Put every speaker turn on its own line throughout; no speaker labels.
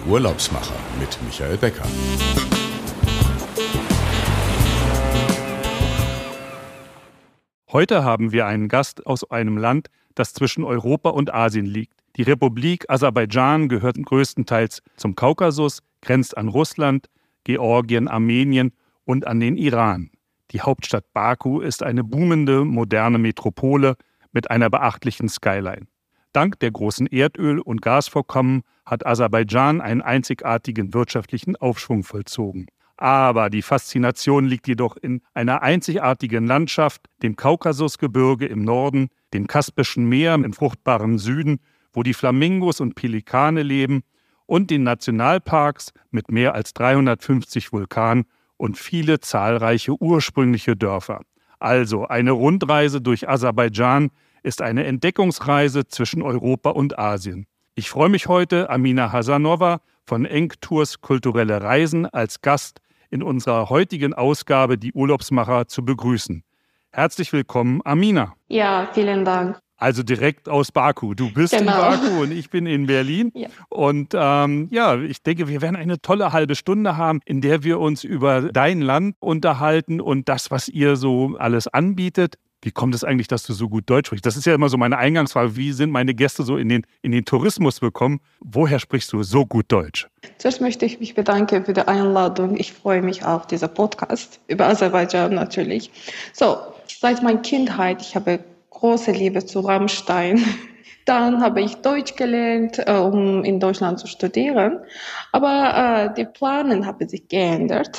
Urlaubsmacher mit Michael Becker.
Heute haben wir einen Gast aus einem Land, das zwischen Europa und Asien liegt. Die Republik Aserbaidschan gehört größtenteils zum Kaukasus, grenzt an Russland, Georgien, Armenien und an den Iran. Die Hauptstadt Baku ist eine boomende, moderne Metropole mit einer beachtlichen Skyline. Dank der großen Erdöl- und Gasvorkommen hat Aserbaidschan einen einzigartigen wirtschaftlichen Aufschwung vollzogen. Aber die Faszination liegt jedoch in einer einzigartigen Landschaft, dem Kaukasusgebirge im Norden, dem Kaspischen Meer im fruchtbaren Süden, wo die Flamingos und Pelikane leben, und den Nationalparks mit mehr als 350 Vulkanen und viele zahlreiche ursprüngliche Dörfer. Also eine Rundreise durch Aserbaidschan ist eine Entdeckungsreise zwischen Europa und Asien. Ich freue mich heute, Amina Hasanova von Enk Tours Kulturelle Reisen als Gast in unserer heutigen Ausgabe Die Urlaubsmacher zu begrüßen. Herzlich willkommen, Amina.
Ja, vielen Dank.
Also direkt aus Baku. Du bist in Baku und ich bin in Berlin. Ja. Und ich denke, wir werden eine tolle halbe Stunde haben, in der wir uns über dein Land unterhalten und das, was ihr so alles anbietet. Wie kommt es eigentlich, dass du so gut Deutsch sprichst? Das ist ja immer so meine Eingangsfrage. Wie sind meine Gäste so in den Tourismus gekommen? Woher sprichst du so gut Deutsch?
Zuerst möchte ich mich bedanken für die Einladung. Ich freue mich auf diesen Podcast über Aserbaidschan natürlich. So, seit meiner Kindheit, ich habe große Liebe zu Rammstein. Dann habe ich Deutsch gelernt, um in Deutschland zu studieren. Aber die Pläne haben sich geändert.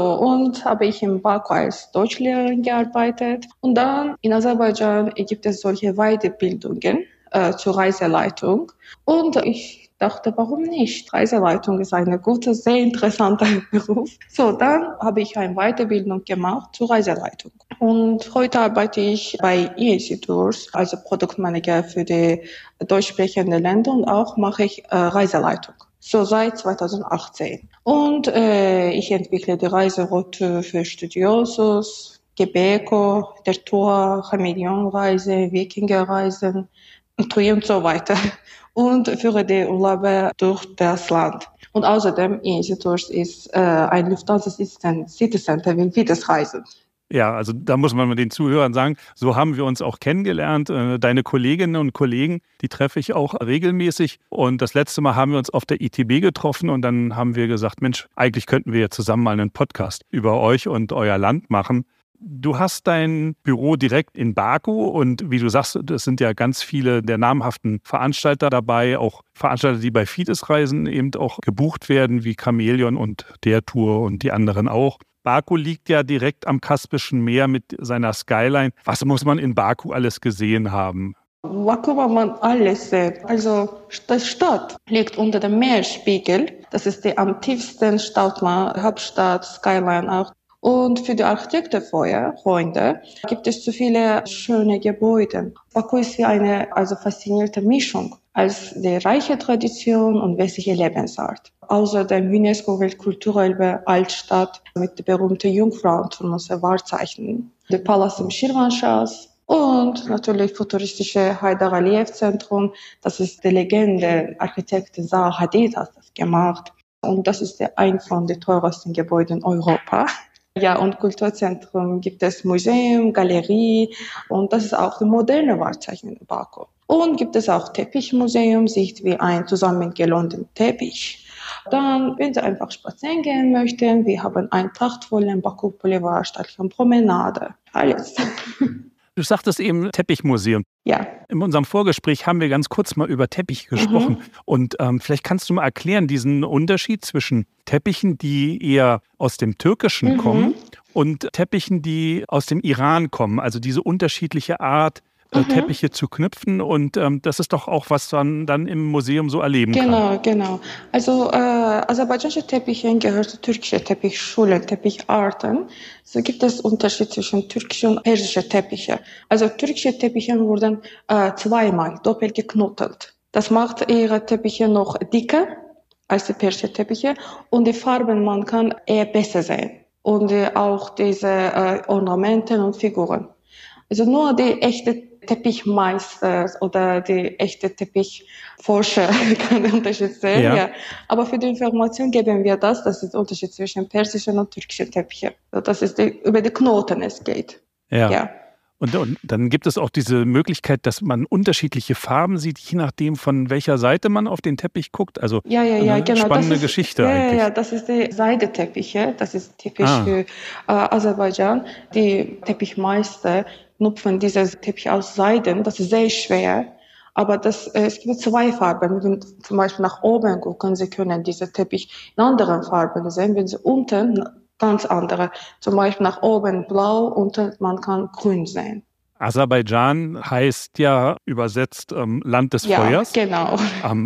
Und habe ich in Baku als Deutschlehrerin gearbeitet. Und dann in Aserbaidschan gibt es solche Weiterbildungen zur Reiseleitung. Und ich dachte, warum nicht? Reiseleitung ist ein guter, sehr interessanter Beruf. Dann habe ich eine Weiterbildung gemacht zur Reiseleitung. Und heute arbeite ich bei EAC Tours, also Produktmanager für die deutschsprechenden Länder, und auch mache ich Reiseleitung. Seit 2018. Und ich entwickle die Reiseroute für Studiosus, Gebeko, der Tour, Chameleonreise, Wikingerreisen, TUI und so weiter. Und führe die Urlaube durch das Land. Und außerdem, EAC Tours ist ein Lufthansa City Center wie das Reisen.
Ja, also da muss man den Zuhörern sagen, so haben wir uns auch kennengelernt. Deine Kolleginnen und Kollegen, die treffe ich auch regelmäßig. Und das letzte Mal haben wir uns auf der ITB getroffen und dann haben wir gesagt, Mensch, eigentlich könnten wir ja zusammen mal einen Podcast über euch und euer Land machen. Du hast dein Büro direkt in Baku und wie du sagst, es sind ja ganz viele der namhaften Veranstalter dabei, auch Veranstalter, die bei Fides-Reisen eben auch gebucht werden, wie Chamäleon und der Tour und die anderen auch. Baku liegt ja direkt am Kaspischen Meer mit seiner Skyline. Was muss man in Baku alles gesehen haben?
Baku kann man alles sehen. Also die Stadt liegt unter dem Meeresspiegel. Das ist die am tiefsten Hauptstadt, Skyline auch. Und für die Architektenfreunde gibt es zu viele schöne Gebäude. Baku ist wie eine faszinierte Mischung als die reiche Tradition und westliche Lebensart. Außerdem UNESCO-Weltkulturerbe Altstadt mit der berühmten Jungfrauenturm als Wahrzeichen, der Palast im Schirvanschahs und natürlich futuristische Haidar Aliyev-Zentrum. Das ist die Legende, Architekt Zaha Hadid hat das gemacht. Und das ist ein von den teuersten Gebäuden in Europa. Ja, und Kulturzentrum gibt es Museum, Galerie und das ist auch das moderne Wahrzeichen in Baku. Und gibt es auch Teppichmuseum, sieht wie ein zusammengelohnter Teppich. Dann, wenn Sie einfach spazieren gehen möchten, wir haben einen prachtvollen Baku Boulevard, stattliche Promenade, alles.
Du sagtest eben Teppichmuseum.
Ja.
In unserem Vorgespräch haben wir ganz kurz mal über Teppich gesprochen. Und vielleicht kannst du mal erklären, diesen Unterschied zwischen Teppichen, die eher aus dem Türkischen kommen und Teppichen, die aus dem Iran kommen. Also diese unterschiedliche Art, Teppiche zu knüpfen. Und das ist doch auch, was man dann im Museum so erleben kann.
Genau. Also aserbaidschanische Teppiche gehören zu türkischen Teppichschulen, Teppicharten. So gibt es Unterschied zwischen türkischen und persischen Teppiche. Also türkische Teppiche wurden zweimal doppelt geknotet. Das macht ihre Teppiche noch dicker als die persischen Teppiche und die Farben man kann eher besser sehen. Und auch diese Ornamenten und Figuren. Also nur die echte Teppichmeister oder die echte Teppichforscher können den Unterschied sehen.
Ja.
Ja. Aber für die Information geben wir das ist der Unterschied zwischen persischen und türkischen Teppichen. Das ist über die Knoten es geht.
Ja.
Ja.
Und dann gibt es auch diese Möglichkeit, dass man unterschiedliche Farben sieht, je nachdem, von welcher Seite man auf den Teppich guckt. Also
Ja,
eine
genau.
spannende Geschichte eigentlich.
Ja, das ist der Seideteppich. Ja? Das ist typisch für Aserbaidschan. Die Teppichmeister knüpfen dieses Teppich aus Seiden. Das ist sehr schwer. Aber es gibt zwei Farben. Wenn Sie zum Beispiel nach oben gucken, Sie können diese Teppich in anderen Farben sehen. Wenn Sie unten ganz andere. Zum Beispiel nach oben blau und man kann grün sehen.
Aserbaidschan heißt ja übersetzt Land des Feuers.
Ja, genau.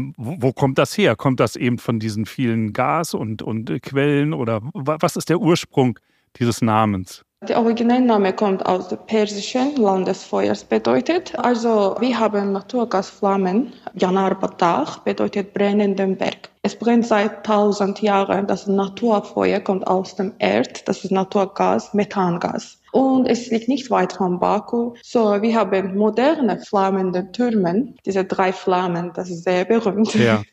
Wo kommt das her? Kommt das eben von diesen vielen Gas- und Quellen oder was ist der Ursprung dieses Namens?
Der Originalname kommt aus dem persischen Land des Feuers bedeutet. Also wir haben Naturgasflammen. Yanar Batagh bedeutet brennenden Berg. Es brennt seit 1000 Jahren. Das Naturfeuer kommt aus dem Erd. Das ist Naturgas, Methangas. Und es liegt nicht weit von Baku. So, wir haben moderne flammende Türme. Diese 3 Flammen, das ist sehr berühmt.
Ja.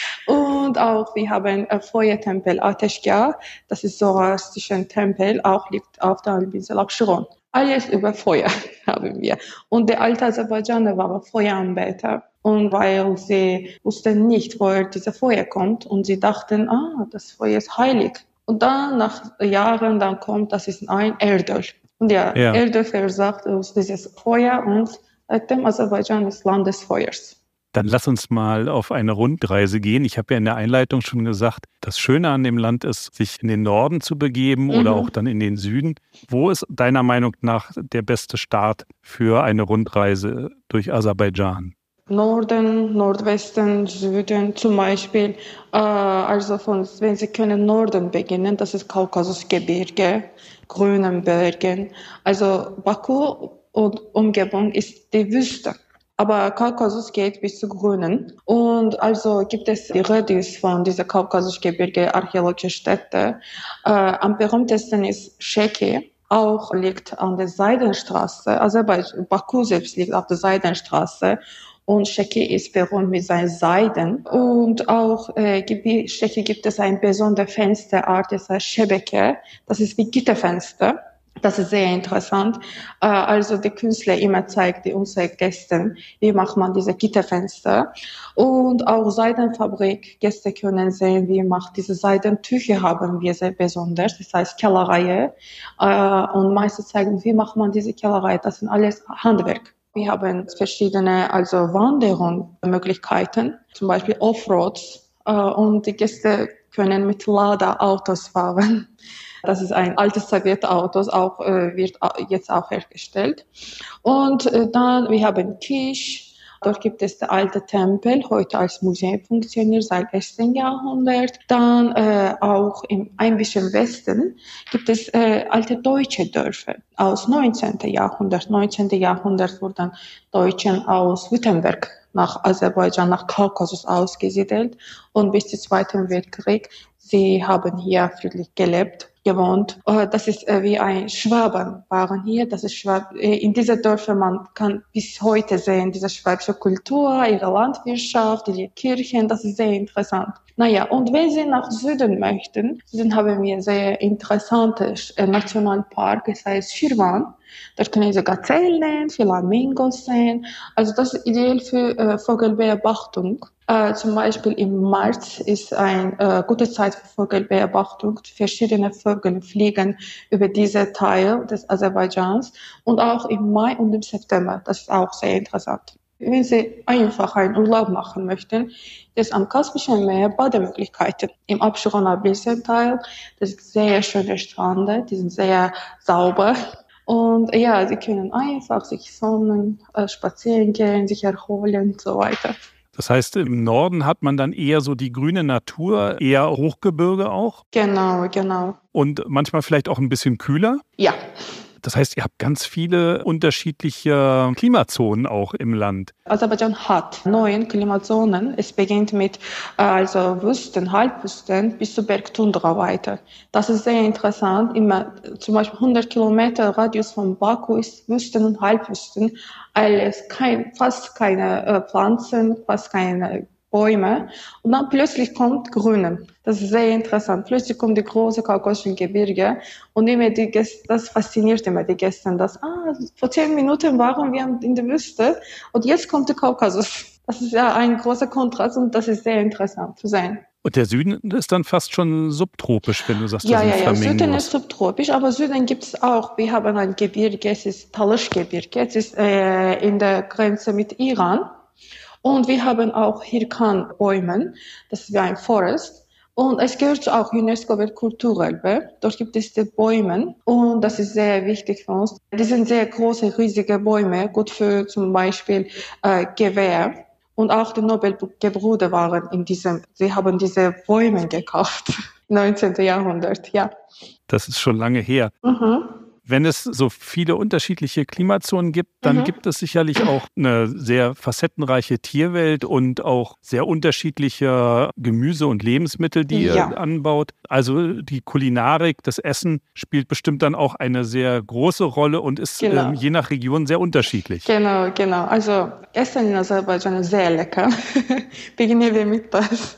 Und auch wir haben Feuertempel Ateşgah. Das ist zoroastrischer Tempel, auch liegt auf der Halbinsel Abschiron. Alles über Feuer haben wir. Und der alte Aserbaidschaner war Feueranbeter. Und weil sie wussten nicht, woher dieses Feuer kommt. Und sie dachten, das Feuer ist heilig. Und dann, nach Jahren, dann kommt, das ist ein Erdöl. Und Erdöl verursacht aus dieses Feuer und seitdem Aserbaidschan ist Land des Feuers.
Dann lass uns mal auf eine Rundreise gehen. Ich habe ja in der Einleitung schon gesagt, das Schöne an dem Land ist, sich in den Norden zu begeben oder auch dann in den Süden. Wo ist deiner Meinung nach der beste Start für eine Rundreise durch Aserbaidschan?
Norden, Nordwesten, Süden zum Beispiel. Wenn Sie können Norden beginnen, das ist Kaukasusgebirge, grünen Bergen. Also Baku und Umgebung ist die Wüste. Aber Kaukasus geht bis zu Grünen. Und also gibt es die Radius von dieser Kaukasusgebirge archäologische Städte. Am berühmtesten ist Sheki. Auch liegt an der Seidenstraße. Also Baku selbst liegt auf der Seidenstraße. Und Sheki ist berühmt mit seinen Seiden. Und auch Sheki gibt es eine besondere Fensterart, das heißt Şebeke. Das ist wie Gitterfenster. Das ist sehr interessant. Also der Künstler immer zeigt unseren Gästen, wie macht man diese Gitterfenster. Und auch Seidenfabrik. Gäste können sehen, wie macht diese Seidentücher haben wir sehr besonders. Das heißt Kellerreihe. Und meistens zeigen, wie macht man diese Kellerreihe. Das sind alles Handwerk. Wir haben verschiedene Wanderungsmöglichkeiten, zum Beispiel Offroads. Und die Gäste können mit Lada-Autos fahren. Das ist ein altes Sowjetauto, wird jetzt auch hergestellt. Und dann, wir haben Kish. Dort gibt es der alte Tempel, heute als Museum funktioniert seit 1. Jahrhundert. Dann auch ein bisschen Westen gibt es alte deutsche Dörfer aus 19. Jahrhundert. 19. Jahrhundert wurden Deutschen aus Württemberg nach Aserbaidschan, nach Kaukasus ausgesiedelt. Und bis zum Zweiten Weltkrieg, sie haben hier friedlich gewohnt. Das ist wie ein Schwaben waren hier. Das ist in dieser Dörfer, man kann bis heute sehen, diese schwäbische Kultur, ihre Landwirtschaft, ihre Kirchen, das ist sehr interessant. Und wenn Sie nach Süden möchten, dann haben wir sehr interessante Nationalpark, das heißt Schirvan. Dort können Sie Gazellen, Flamingos sehen. Also das ist ideal für Vogelbeobachtung. Zum Beispiel im März ist eine gute Zeit für Vogelbeobachtung. Verschiedene Vögel fliegen über diesen Teil des Aserbaidschans und auch im Mai und im September. Das ist auch sehr interessant. Wenn Sie einfach einen Urlaub machen möchten, das ist am Kaspischen Meer Bademöglichkeiten. Im Abschiron-Teil, das sind sehr schöne Strände, die sind sehr sauber. Und ja, Sie können einfach sich sonnen, spazieren gehen, sich erholen und so weiter.
Das heißt, im Norden hat man dann eher so die grüne Natur, eher Hochgebirge auch?
Genau.
Und manchmal vielleicht auch ein bisschen kühler?
Ja.
Das heißt, ihr habt ganz viele unterschiedliche Klimazonen auch im Land.
Aserbaidschan hat 9 Klimazonen. Es beginnt mit also Wüsten, Halbwüsten bis zur Bergtundra weiter. Das ist sehr interessant. Immer zum Beispiel 100 Kilometer Radius von Baku ist Wüsten und Halbwüsten. Fast keine Pflanzen, fast keine Bäume. Und dann plötzlich kommt Grüne. Das ist sehr interessant. Plötzlich kommt die große kaukasischen Gebirge und immer das fasziniert immer die Gäste, dass vor 10 Minuten waren wir in der Wüste und jetzt kommt der Kaukasus. Das ist ja ein großer Kontrast und das ist sehr interessant zu sehen.
Und der Süden ist dann fast schon subtropisch, wenn du sagst,
Ja,
das sind Flamingos.
Süden ist subtropisch, aber Süden gibt es auch. Wir haben ein Gebirge, es ist Talysh-Gebirge, es ist in der Grenze mit Iran. Und wir haben auch Hirkan-Bäume, das ist wie ein Forest. Und es gehört auch UNESCO-Weltkulturerbe. Dort gibt es die Bäume und das ist sehr wichtig für uns. Die sind sehr große, riesige Bäume, gut für zum Beispiel Gewehr. Und auch die Nobelgebrüder waren sie haben diese Bäume gekauft, 19. Jahrhundert, ja.
Das ist schon lange her.
Mhm.
Wenn es so viele unterschiedliche Klimazonen gibt, dann gibt es sicherlich auch eine sehr facettenreiche Tierwelt und auch sehr unterschiedliche Gemüse und Lebensmittel, die ihr anbaut. Also die Kulinarik, das Essen spielt bestimmt dann auch eine sehr große Rolle und ist je nach Region sehr unterschiedlich.
Genau. Also Essen in Aserbaidschan ist sehr lecker. Beginnen wir mit das.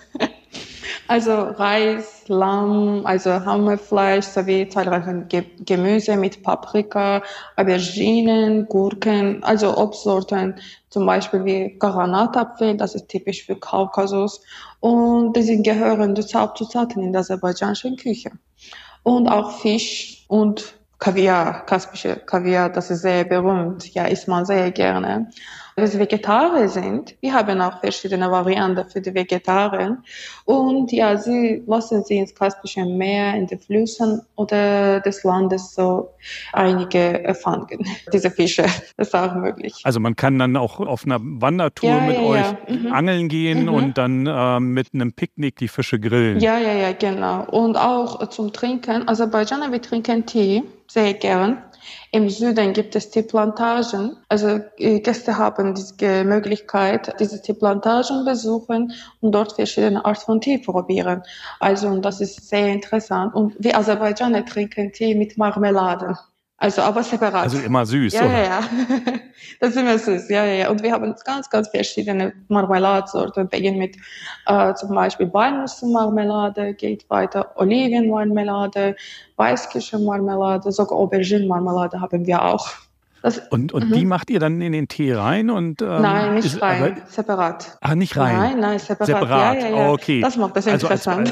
Also Reis, Lamm, also Hammelfleisch sowie zahlreiche Gemüse mit Paprika, Auberginen, Gurken, also Obstsorten, zum Beispiel wie Granatapfel, das ist typisch für Kaukasus. Und diese gehören zu Hauptzutaten in der aserbaidschanischen Küche. Und auch Fisch und Kaviar, kaspische Kaviar, das ist sehr berühmt, ja, isst man sehr gerne. Wenn Sie Vegetarier sind, wir haben auch verschiedene Varianten für die Vegetarier. Und ja, lassen sie ins Kaspische Meer, in den Flüssen oder des Landes so einige fangen, diese Fische. Das ist auch möglich.
Also man kann dann auch auf einer Wandertour mit euch angeln gehen und dann mit einem Picknick die Fische grillen.
Ja, genau. Und auch zum Trinken. Aserbaidschaner, wir trinken Tee sehr gern. Im Süden gibt es Teeplantagen. Also Gäste haben die Möglichkeit, diese Teeplantagen besuchen und dort verschiedene Arten von Tee probieren. Also das ist sehr interessant. Und wir Aserbaidschaner trinken Tee mit Marmelade. Also aber separat.
Also immer süß, oder?
Ja. Das ist immer süß, ja. Und wir haben ganz, ganz verschiedene Marmeladensorten. Beginnen mit zum Beispiel Walnussmarmelade, geht weiter Olivenmarmelade, Weißkirschenmarmelade, sogar Auberginenmarmelade haben wir auch.
Und die macht ihr dann in den Tee rein? Und,
nein, nicht rein, separat.
Ah, nicht rein?
Nein, separat. Ja.
Oh, okay.
Das macht das interessant.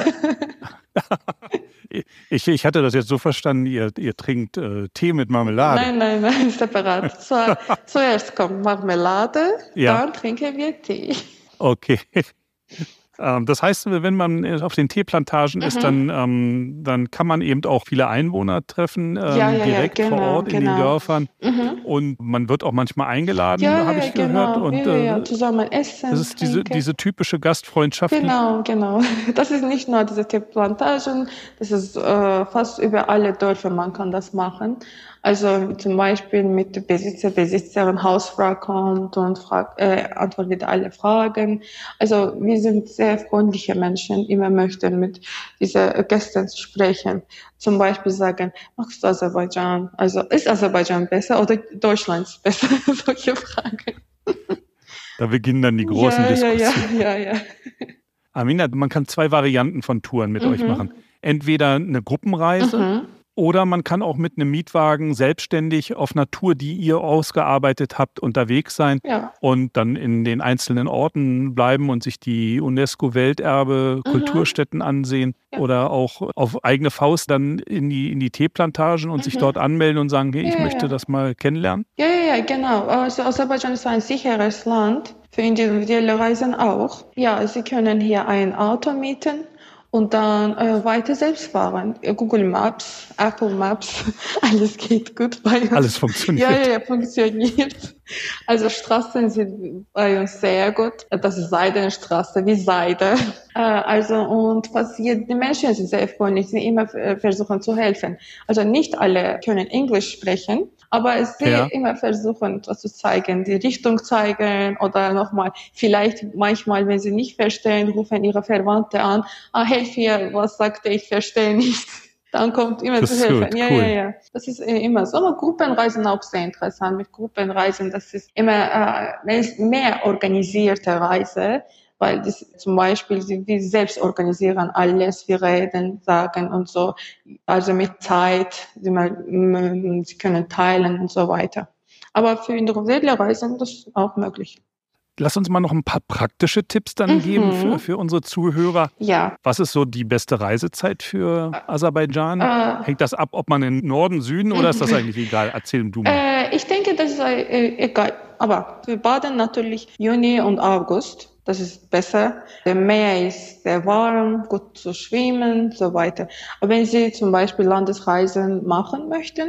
Ich hatte das jetzt so verstanden, ihr trinkt Tee mit Marmelade.
Nein, separat. Zuerst kommt Marmelade, dann trinken wir Tee.
Okay. Das heißt, wenn man auf den Teeplantagen ist, dann kann man eben auch viele Einwohner treffen, direkt vor Ort in den Dörfern. Und man wird auch manchmal eingeladen, habe ich gehört. Und,
zusammen essen.
Das ist diese typische Gastfreundschaft.
Genau. Das ist nicht nur diese Teeplantagen, das ist fast über alle Dörfer, man kann das machen. Also zum Beispiel mit der Besitzerin, Hausfrau kommt und antwortet alle Fragen. Also wir sind sehr freundliche Menschen, immer möchten mit diesen Gästen sprechen. Zum Beispiel sagen, magst du Aserbaidschan? Also ist Aserbaidschan besser oder Deutschland besser? Solche Fragen.
Da beginnen dann die großen Diskussionen.
Ja.
Amina, man kann 2 Varianten von Touren mit euch machen. Entweder eine Gruppenreise, oder man kann auch mit einem Mietwagen selbstständig auf einer Tour, die ihr ausgearbeitet habt, unterwegs sein und dann in den einzelnen Orten bleiben und sich die UNESCO-Welterbe, Kulturstätten ansehen oder auch auf eigene Faust dann in die Teeplantagen und sich dort anmelden und sagen, hey, ich möchte das mal kennenlernen?
Ja, genau. Also Aserbaidschan ist ein sicheres Land, für individuelle Reisen auch. Ja, Sie können hier ein Auto mieten und dann weiter selbst fahren. Google Maps, Apple Maps, alles geht gut bei uns.
Alles funktioniert.
Ja, funktioniert. Also Straßen sind bei uns sehr gut. Das ist Seidenstraße, wie Seide. Und passiert, die Menschen sind sehr freundlich, sie immer versuchen zu helfen. Also nicht alle können Englisch sprechen, aber sie immer versuchen zu zeigen, die Richtung zeigen oder nochmal, vielleicht manchmal, wenn sie nicht verstehen, rufen ihre Verwandte an, helf mir, was sagt er, ich verstehe nicht. Dann kommt immer zu helfen.
Gut, cool.
Ja. Das ist immer so. Aber Gruppenreisen auch sehr interessant. Mit Gruppenreisen, das ist immer mehr organisierte Reise, weil das zum Beispiel wir selbst organisieren alles, wir reden, sagen und so. Also mit Zeit, sie können teilen und so weiter. Aber für individuelle Reisen das ist auch möglich.
Lass uns mal noch ein paar praktische Tipps dann geben für unsere Zuhörer.
Ja.
Was ist so die beste Reisezeit für Aserbaidschan? Hängt das ab, ob man in Norden, Süden oder ist das eigentlich egal? Erzähl du mal.
Ich denke, das ist egal. Aber wir baden natürlich Juni und August. Das ist besser. Der Meer ist sehr warm, gut zu schwimmen und so weiter. Aber wenn Sie zum Beispiel Landesreisen machen möchten,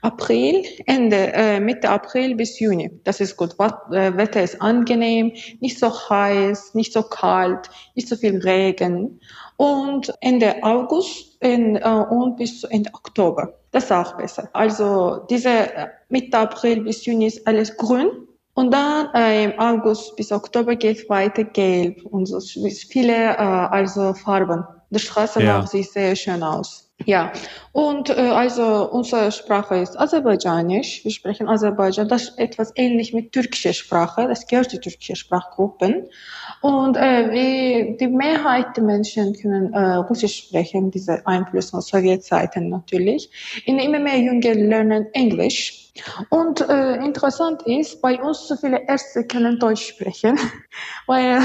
Mitte April bis Juni, das ist gut. Wetter ist angenehm, nicht so heiß, nicht so kalt, nicht so viel Regen. Und Ende August und bis zu Ende Oktober. Das ist auch besser. Also Mitte April bis Juni ist alles grün. Und dann im August bis Oktober geht weiter gelb und so viele Farben. Die Straße macht sich sehr schön aus. Ja, und also unsere Sprache ist Aserbaidschanisch. Wir sprechen Aserbaidschan. Das ist etwas ähnlich mit türkischer Sprache. Das gehört zu türkischen Sprachgruppen. Und die Mehrheit der Menschen können Russisch sprechen, diese Einfluss von Sowjetzeiten natürlich. Immer mehr Jünger lernen Englisch. Und interessant ist, bei uns so viele Ärzte können Deutsch sprechen, weil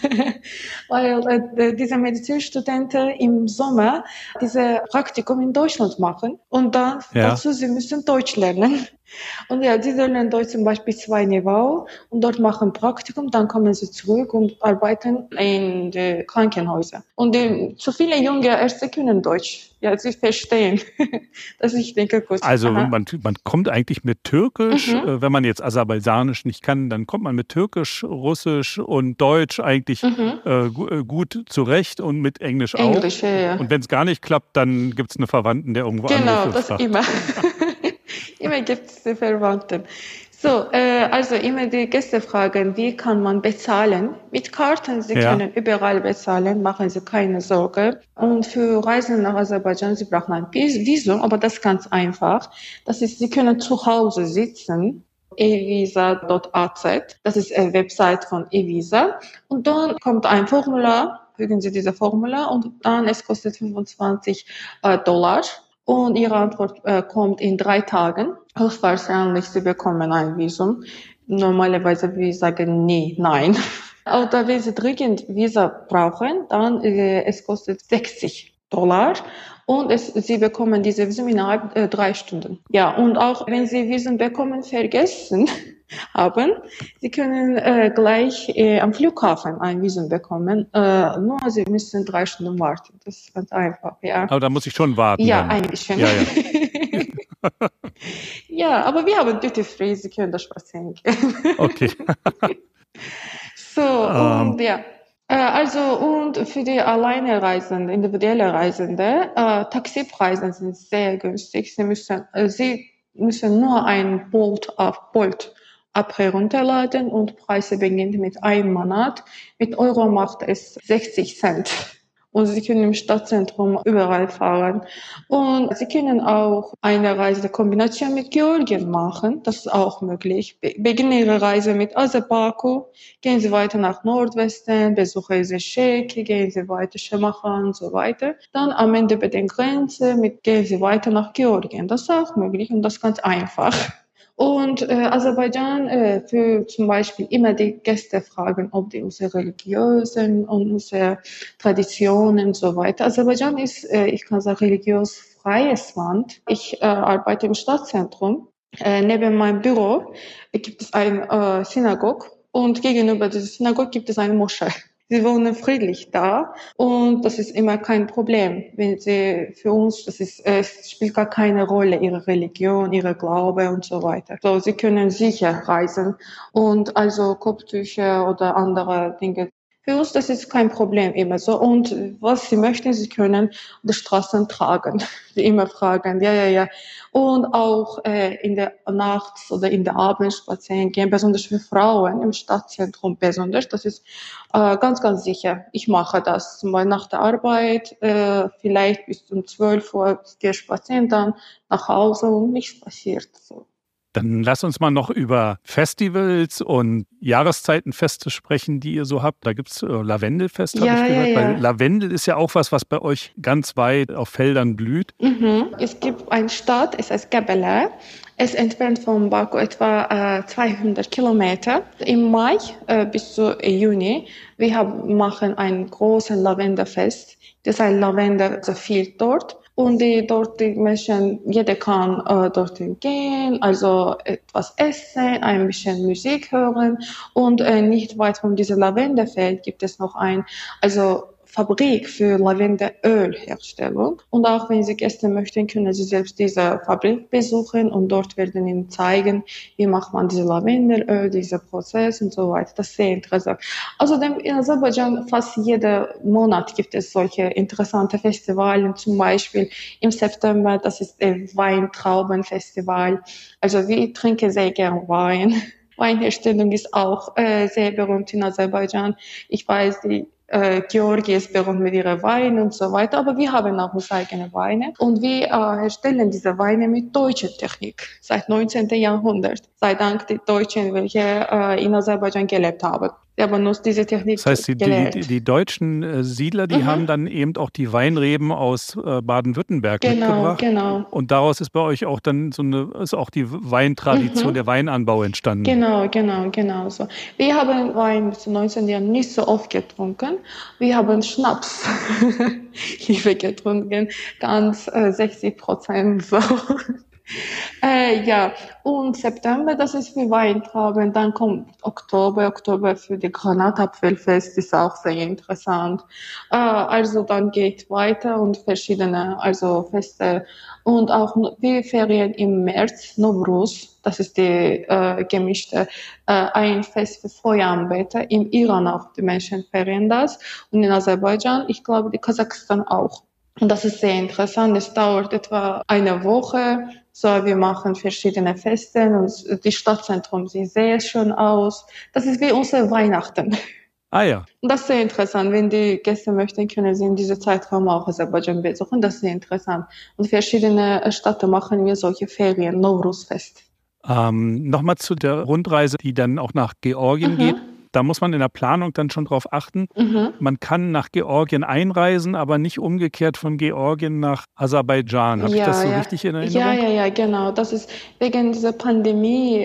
diese Medizinstudenten im Sommer diese Praktikum in Deutschland machen und dann dazu sie müssen Deutsch lernen. Und ja, die lernen Deutsch zum Beispiel 2 Niveau und dort machen Praktikum, dann kommen sie zurück und arbeiten in den Krankenhäusern. Und zu viele junge Ärzte können Deutsch. Ja, sie verstehen. Das ich denke gut.
Also man kommt eigentlich mit Türkisch, wenn man jetzt Aserbaidschanisch nicht kann, dann kommt man mit Türkisch, Russisch und Deutsch eigentlich gut zurecht und mit Englisch auch.
Ja.
Und wenn es gar nicht klappt, dann gibt es eine Verwandten, der irgendwo anruft.
Genau, das immer. Immer gibt es die Verwandten. So, also immer die Gäste fragen, wie kann man bezahlen? Mit Karten, Sie können überall bezahlen, machen Sie keine Sorge. Und für Reisen nach Aserbaidschan, Sie brauchen ein Visum, aber das ist ganz einfach. Das ist, Sie können zu Hause sitzen. evisa.az, das ist eine Website von eVisa. Und dann kommt ein Formular, fügen Sie dieses Formular und dann es kostet $25. Und Ihre Antwort kommt in 3 Tagen. Höchstwahrscheinlich, Sie bekommen ein Visum. Normalerweise wir sagen nein. Oder wenn Sie dringend Visa brauchen, dann es kostet $60. Und Sie bekommen diese Visum innerhalb 3 Stunden. Ja, und auch wenn Sie Visum bekommen vergessen haben, Sie können gleich am Flughafen ein Visum bekommen. Nur Sie müssen 3 Stunden warten. Das ist ganz einfach, ja.
Aber da muss ich schon warten.
Ja,
dann.
ein bisschen.
Ja.
Ja, aber wir haben Duty Free, Sie können da spazieren gehen.
Okay.
So, und ja. Und für die alleine Reisende, individuelle Reisende, Taxipreise sind sehr günstig. Sie müssen nur ein Bolt-App herunterladen und Preise beginnen mit 1 Monat. Mit Euro macht es 60 Cent. Und Sie können im Stadtzentrum überall fahren. Und Sie können auch eine Reisekombination mit Georgien machen. Das ist auch möglich. Beginnen Ihre Reise mit Baku, gehen Sie weiter nach Nordwesten, besuchen Sie Sheki, gehen Sie weiter Shemachan und so weiter. Dann am Ende bei der Grenze gehen Sie weiter nach Georgien. Das ist auch möglich und das ist ganz einfach. Und Aserbaidschan für zum Beispiel immer die Gäste fragen, ob die unsere religiösen und unsere Traditionen und so weiter. Aserbaidschan ist, ich kann sagen, religiös freies Land. Ich arbeite im Stadtzentrum. Neben meinem Büro gibt es eine Synagoge und gegenüber dieser Synagoge gibt es eine Moschee. Sie wohnen friedlich da und das ist immer kein Problem. Wenn sie für uns, es spielt gar keine Rolle, ihre Religion, ihre Glaube und so weiter. So, sie können sicher reisen und also Kopftücher oder andere Dinge. Für uns, das ist kein Problem immer so. Und was sie möchten, sie können die Straßen tragen. Sie immer fragen, ja. Und auch in der Nacht oder in der Abend spazieren gehen, besonders für Frauen im Stadtzentrum besonders. Das ist ganz sicher. Ich mache das zum Beispiel nach der Arbeit, vielleicht bis um 12 Uhr gehe spazieren, dann nach Hause und nichts passiert. So.
Dann lass uns mal noch über Festivals und Jahreszeitenfeste sprechen, die ihr so habt. Da gibt es Lavendelfest, habe ich gehört. Weil Lavendel ist ja auch was bei euch ganz weit auf Feldern blüht.
Es gibt eine Stadt, es heißt Gebele. Es entfernt von Baku etwa 200 Kilometer. Im Mai bis zu Juni, machen ein großes Lavendelfest. Das heißt, Lavendel fehlt dort. Und die Menschen, jeder kann dorthin gehen, also etwas essen, ein bisschen Musik hören. Und nicht weit von diesem Lavendelfeld gibt es noch Fabrik für Lavendelölherstellung. Und auch wenn Sie Gäste möchten, können Sie selbst diese Fabrik besuchen und dort werden Ihnen zeigen, wie macht man diese Lavendelöl, dieser Prozess und so weiter. Das ist sehr interessant. Außerdem in Aserbaidschan fast jeden Monat gibt es solche interessante Festivals, zum Beispiel im September, das ist ein Weintraubenfestival. Also wir trinken sehr gern Wein. Weinherstellung ist auch sehr berühmt in Aserbaidschan. Ich weiß, Georgien ist berühmt mit ihren Weinen und so weiter, aber wir haben auch unsere eigenen Weine und wir herstellen diese Weine mit deutscher Technik seit 19. Jahrhundert, sei Dank die Deutschen, welche in Aserbaidschan gelebt haben. Die haben uns diese Technik
Das heißt, die deutschen Siedler, die haben dann eben auch die Weinreben aus Baden-Württemberg mitgebracht.
Genau.
Und daraus ist bei euch auch dann ist auch die Weintradition, der Weinanbau entstanden.
Genau so. Wir haben Wein bis zu 19 Jahren nicht so oft getrunken. Wir haben Schnaps lieber getrunken, ganz 60% so. Und September, das ist für Weintrauben. Dann kommt Oktober für die Granatapfelfest, ist auch sehr interessant. Also dann geht weiter und verschiedene, Feste. Und auch die Ferien im März, Nowruz, das ist die gemischte, ein Fest für Feueranbeter. Im Iran auch, die Menschen feiern das. Und in Aserbaidschan, ich glaube, die Kasachstan auch. Und das ist sehr interessant. Es dauert etwa eine Woche. So, wir machen verschiedene Feste und die Stadtzentrum sieht sehr schön aus. Das ist wie unsere Weihnachten.
Ah ja.
Und das ist sehr interessant. Wenn die Gäste möchten, können sie in diesem Zeitraum auch Aserbaidschan besuchen. Das ist sehr interessant. Und verschiedene Städte machen wir solche Ferien, Nowruz-Fest.
Nochmal zu der Rundreise, die dann auch nach Georgien geht. Da muss man in der Planung dann schon drauf achten. Man kann nach Georgien einreisen, aber nicht umgekehrt von Georgien nach Aserbaidschan. Habe ich das so richtig in Erinnerung?
Ja, genau. Das ist wegen dieser Pandemie,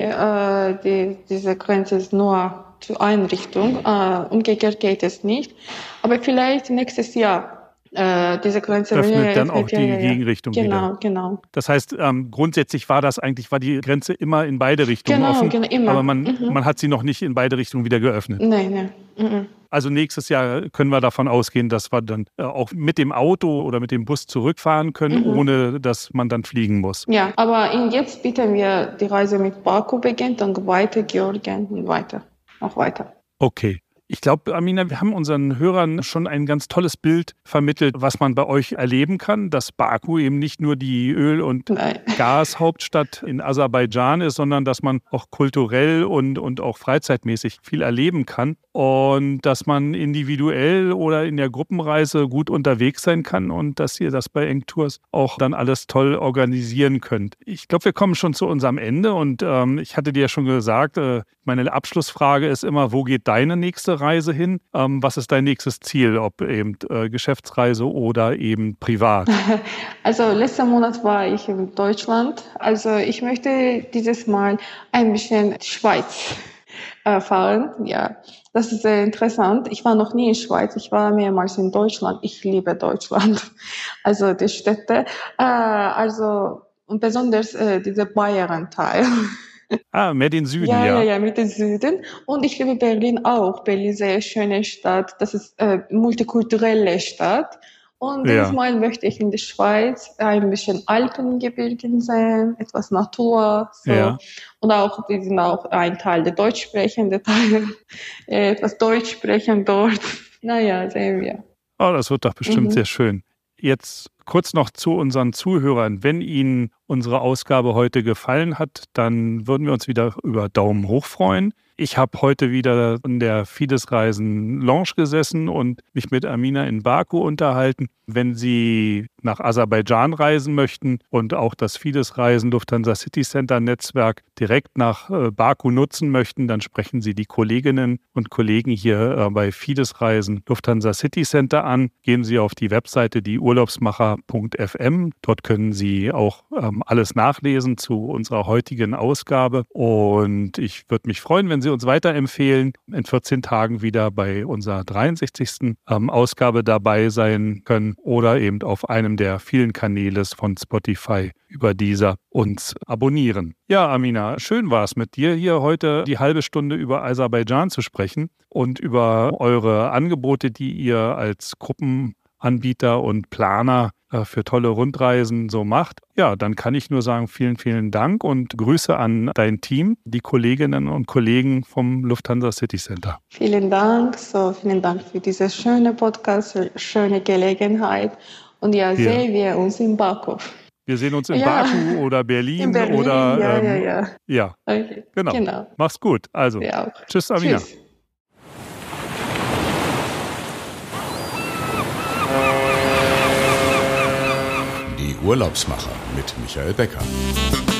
diese Grenze ist nur zur Einrichtung. Umgekehrt geht es nicht. Aber vielleicht nächstes Jahr. Diese Grenze
öffnet dann auch die Gegenrichtung wieder.
Genau.
Das heißt, grundsätzlich war die Grenze immer in beide Richtungen offen,
immer.
Aber man hat sie noch nicht in beide Richtungen wieder geöffnet.
Nein.
Also nächstes Jahr können wir davon ausgehen, dass wir dann auch mit dem Auto oder mit dem Bus zurückfahren können, ohne dass man dann fliegen muss.
Ja, aber jetzt bieten wir die Reise mit Baku beginnt, dann weiter Georgien und noch weiter.
Okay. Ich glaube, Amina, wir haben unseren Hörern schon ein ganz tolles Bild vermittelt, was man bei euch erleben kann, dass Baku eben nicht nur die Öl- und Gashauptstadt in Aserbaidschan ist, sondern dass man auch kulturell und auch freizeitmäßig viel erleben kann und dass man individuell oder in der Gruppenreise gut unterwegs sein kann und dass ihr das bei Engtours auch dann alles toll organisieren könnt. Ich glaube, wir kommen schon zu unserem Ende und ich hatte dir ja schon gesagt, meine Abschlussfrage ist immer, wo geht deine nächste Reise hin? Was ist dein nächstes Ziel, ob eben Geschäftsreise oder eben privat?
Also letzten Monat war ich in Deutschland. Also ich möchte dieses Mal ein bisschen Schweiz fahren. Ja, das ist sehr interessant. Ich war noch nie in Schweiz. Ich war mehrmals in Deutschland. Ich liebe Deutschland. Also die Städte. Und besonders dieser Bayern-Teil.
Mehr den Süden,
Ja, mit dem Süden. Und ich liebe Berlin auch. Berlin ist eine sehr schöne Stadt. Das ist multikulturelle Stadt. Und dieses
Ja,
Mal möchte ich in der Schweiz ein bisschen Alpengebirgen sehen, etwas Natur, so.
ja.
Und auch, die sind auch ein Teil der deutschsprechenden Teil, etwas Deutsch sprechen dort. Naja, sehen wir.
Oh, das wird doch bestimmt
Mhm.
sehr schön. Jetzt kurz noch zu unseren Zuhörern. Wenn Ihnen unsere Ausgabe heute gefallen hat, dann würden wir uns wieder über Daumen hoch freuen. Ich habe heute wieder in der Fides Reisen Lounge gesessen und mich mit Amina in Baku unterhalten. Wenn Sie nach Aserbaidschan reisen möchten und auch das Fides Reisen Lufthansa City Center Netzwerk direkt nach Baku nutzen möchten, dann sprechen Sie die Kolleginnen und Kollegen hier bei Fides Reisen Lufthansa City Center an. Gehen Sie auf die Webseite dieurlaubsmacher.fm. Dort können Sie auch alles nachlesen zu unserer heutigen Ausgabe. Und ich würde mich freuen, wenn Sie uns weiterempfehlen, in 14 Tagen wieder bei unserer 63. Ausgabe dabei sein können oder eben auf einem der vielen Kanäle von Spotify über dieser uns abonnieren. Ja, Amina, schön war es mit dir hier heute die halbe Stunde über Aserbaidschan zu sprechen und über eure Angebote, die ihr als Gruppenanbieter und Planer für tolle Rundreisen so macht. Ja, dann kann ich nur sagen, vielen, vielen Dank und Grüße an dein Team, die Kolleginnen und Kollegen vom Lufthansa City Center.
Vielen Dank, vielen Dank für diese schöne Podcast, schöne Gelegenheit. Und ja,
Ja.
sehen wir uns in Baku.
Wir sehen uns in
Ja.
Baku oder Berlin,
In Berlin,
oder
ja.
ja,
Okay.
genau. Mach's gut. Also,
Wir auch.
tschüss, Amina.
Tschüss.
Die Urlaubsmacher mit Michael Becker.